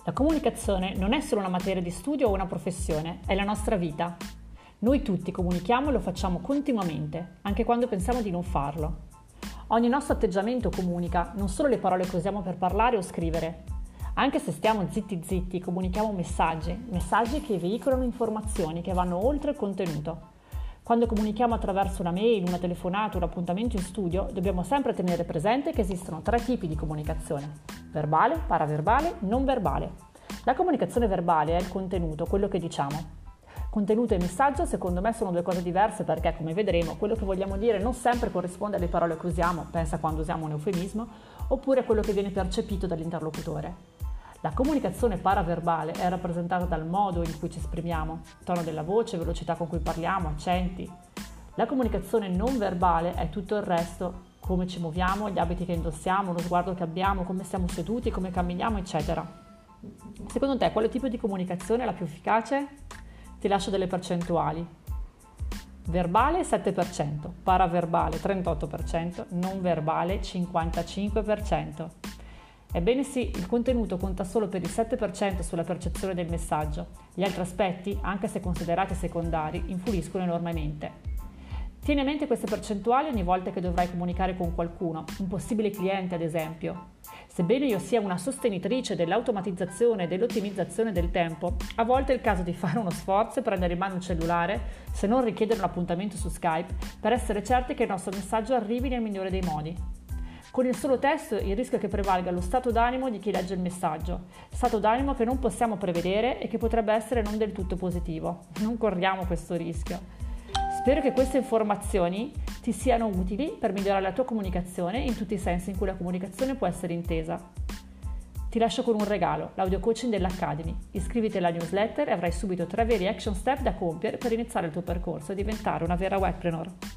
La comunicazione non è solo una materia di studio o una professione, è la nostra vita. Noi tutti comunichiamo e lo facciamo continuamente, anche quando pensiamo di non farlo. Ogni nostro atteggiamento comunica, non solo le parole che usiamo per parlare o scrivere. Anche se stiamo zitti, comunichiamo messaggi che veicolano informazioni che vanno oltre il contenuto. Quando comunichiamo attraverso una mail, una telefonata, un appuntamento in studio, dobbiamo sempre tenere presente che esistono 3 tipi di comunicazione: verbale, paraverbale, non verbale. La comunicazione verbale è il contenuto, quello che diciamo. Contenuto e messaggio secondo me sono 2 cose diverse perché, come vedremo, quello che vogliamo dire non sempre corrisponde alle parole che usiamo, pensa quando usiamo un eufemismo, oppure quello che viene percepito dall'interlocutore. La comunicazione paraverbale è rappresentata dal modo in cui ci esprimiamo, tono della voce, velocità con cui parliamo, accenti. La comunicazione non verbale è tutto il resto, come ci muoviamo, gli abiti che indossiamo, lo sguardo che abbiamo, come stiamo seduti, come camminiamo, eccetera. Secondo te, quale tipo di comunicazione è la più efficace? Ti lascio delle percentuali. Verbale 7%, paraverbale 38%, non verbale 55%. Ebbene sì, il contenuto conta solo per il 7% sulla percezione del messaggio. Gli altri aspetti, anche se considerati secondari, influiscono enormemente. Tieni a mente queste percentuali ogni volta che dovrai comunicare con qualcuno, un possibile cliente ad esempio. Sebbene io sia una sostenitrice dell'automatizzazione e dell'ottimizzazione del tempo, a volte è il caso di fare uno sforzo e prendere in mano un cellulare, se non richiedere un appuntamento su Skype, per essere certi che il nostro messaggio arrivi nel migliore dei modi. Con il solo testo il rischio è che prevalga lo stato d'animo di chi legge il messaggio, stato d'animo che non possiamo prevedere e che potrebbe essere non del tutto positivo. Non corriamo questo rischio. Spero che queste informazioni ti siano utili per migliorare la tua comunicazione in tutti i sensi in cui la comunicazione può essere intesa. Ti lascio con un regalo, l'audio coaching dell'Academy. Iscriviti alla newsletter e avrai subito 3 veri action step da compiere per iniziare il tuo percorso e diventare una vera webpreneur.